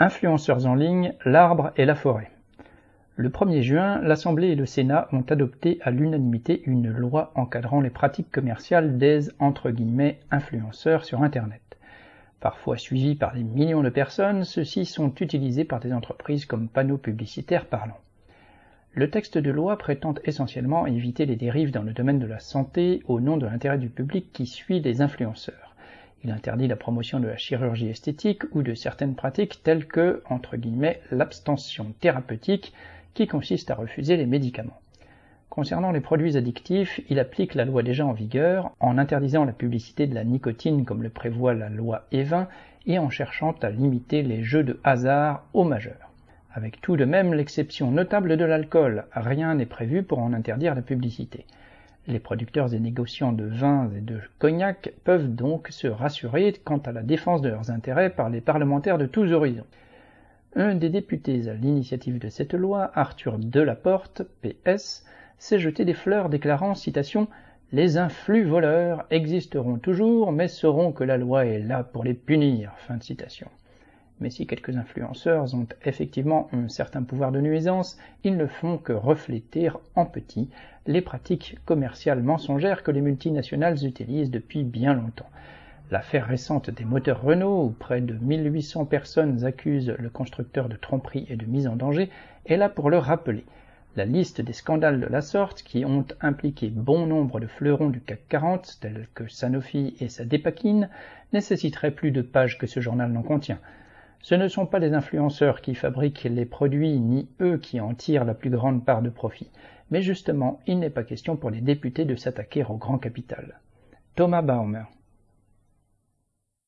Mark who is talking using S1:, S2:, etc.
S1: Influenceurs en ligne, l'arbre et la forêt. Le 1er juin, l'Assemblée et le Sénat ont adopté à l'unanimité une loi encadrant les pratiques commerciales des « influenceurs » sur Internet. Parfois suivis par des millions de personnes, ceux-ci sont utilisés par des entreprises comme panneaux publicitaires parlants. Le texte de loi prétend essentiellement éviter les dérives dans le domaine de la santé au nom de l'intérêt du public qui suit les influenceurs. Il interdit la promotion de la chirurgie esthétique ou de certaines pratiques telles que, l'abstention thérapeutique, qui consiste à refuser les médicaments. Concernant les produits addictifs, il applique la loi déjà en vigueur en interdisant la publicité de la nicotine comme le prévoit la loi E20 et en cherchant à limiter les jeux de hasard aux majeurs. Avec tout de même l'exception notable de l'alcool, rien n'est prévu pour en interdire la publicité. Les producteurs et négociants de vins et de cognac peuvent donc se rassurer quant à la défense de leurs intérêts par les parlementaires de tous horizons. Un des députés à l'initiative de cette loi, Arthur Delaporte, PS, s'est jeté des fleurs déclarant, citation, « Les influx voleurs existeront toujours, mais sauront que la loi est là pour les punir », fin de citation. Mais si quelques influenceurs ont effectivement un certain pouvoir de nuisance, ils ne font que refléter en petit les pratiques commerciales mensongères que les multinationales utilisent depuis bien longtemps. L'affaire récente des moteurs Renault, où près de 1800 personnes accusent le constructeur de tromperie et de mise en danger, est là pour le rappeler. La liste des scandales de la sorte, qui ont impliqué bon nombre de fleurons du CAC 40, tels que Sanofi et sa Dépakine, nécessiterait plus de pages que ce journal n'en contient. Ce ne sont pas les influenceurs qui fabriquent les produits, ni eux qui en tirent la plus grande part de profit. Mais justement, il n'est pas question pour les députés de s'attaquer au grand capital. Thomas Baumer.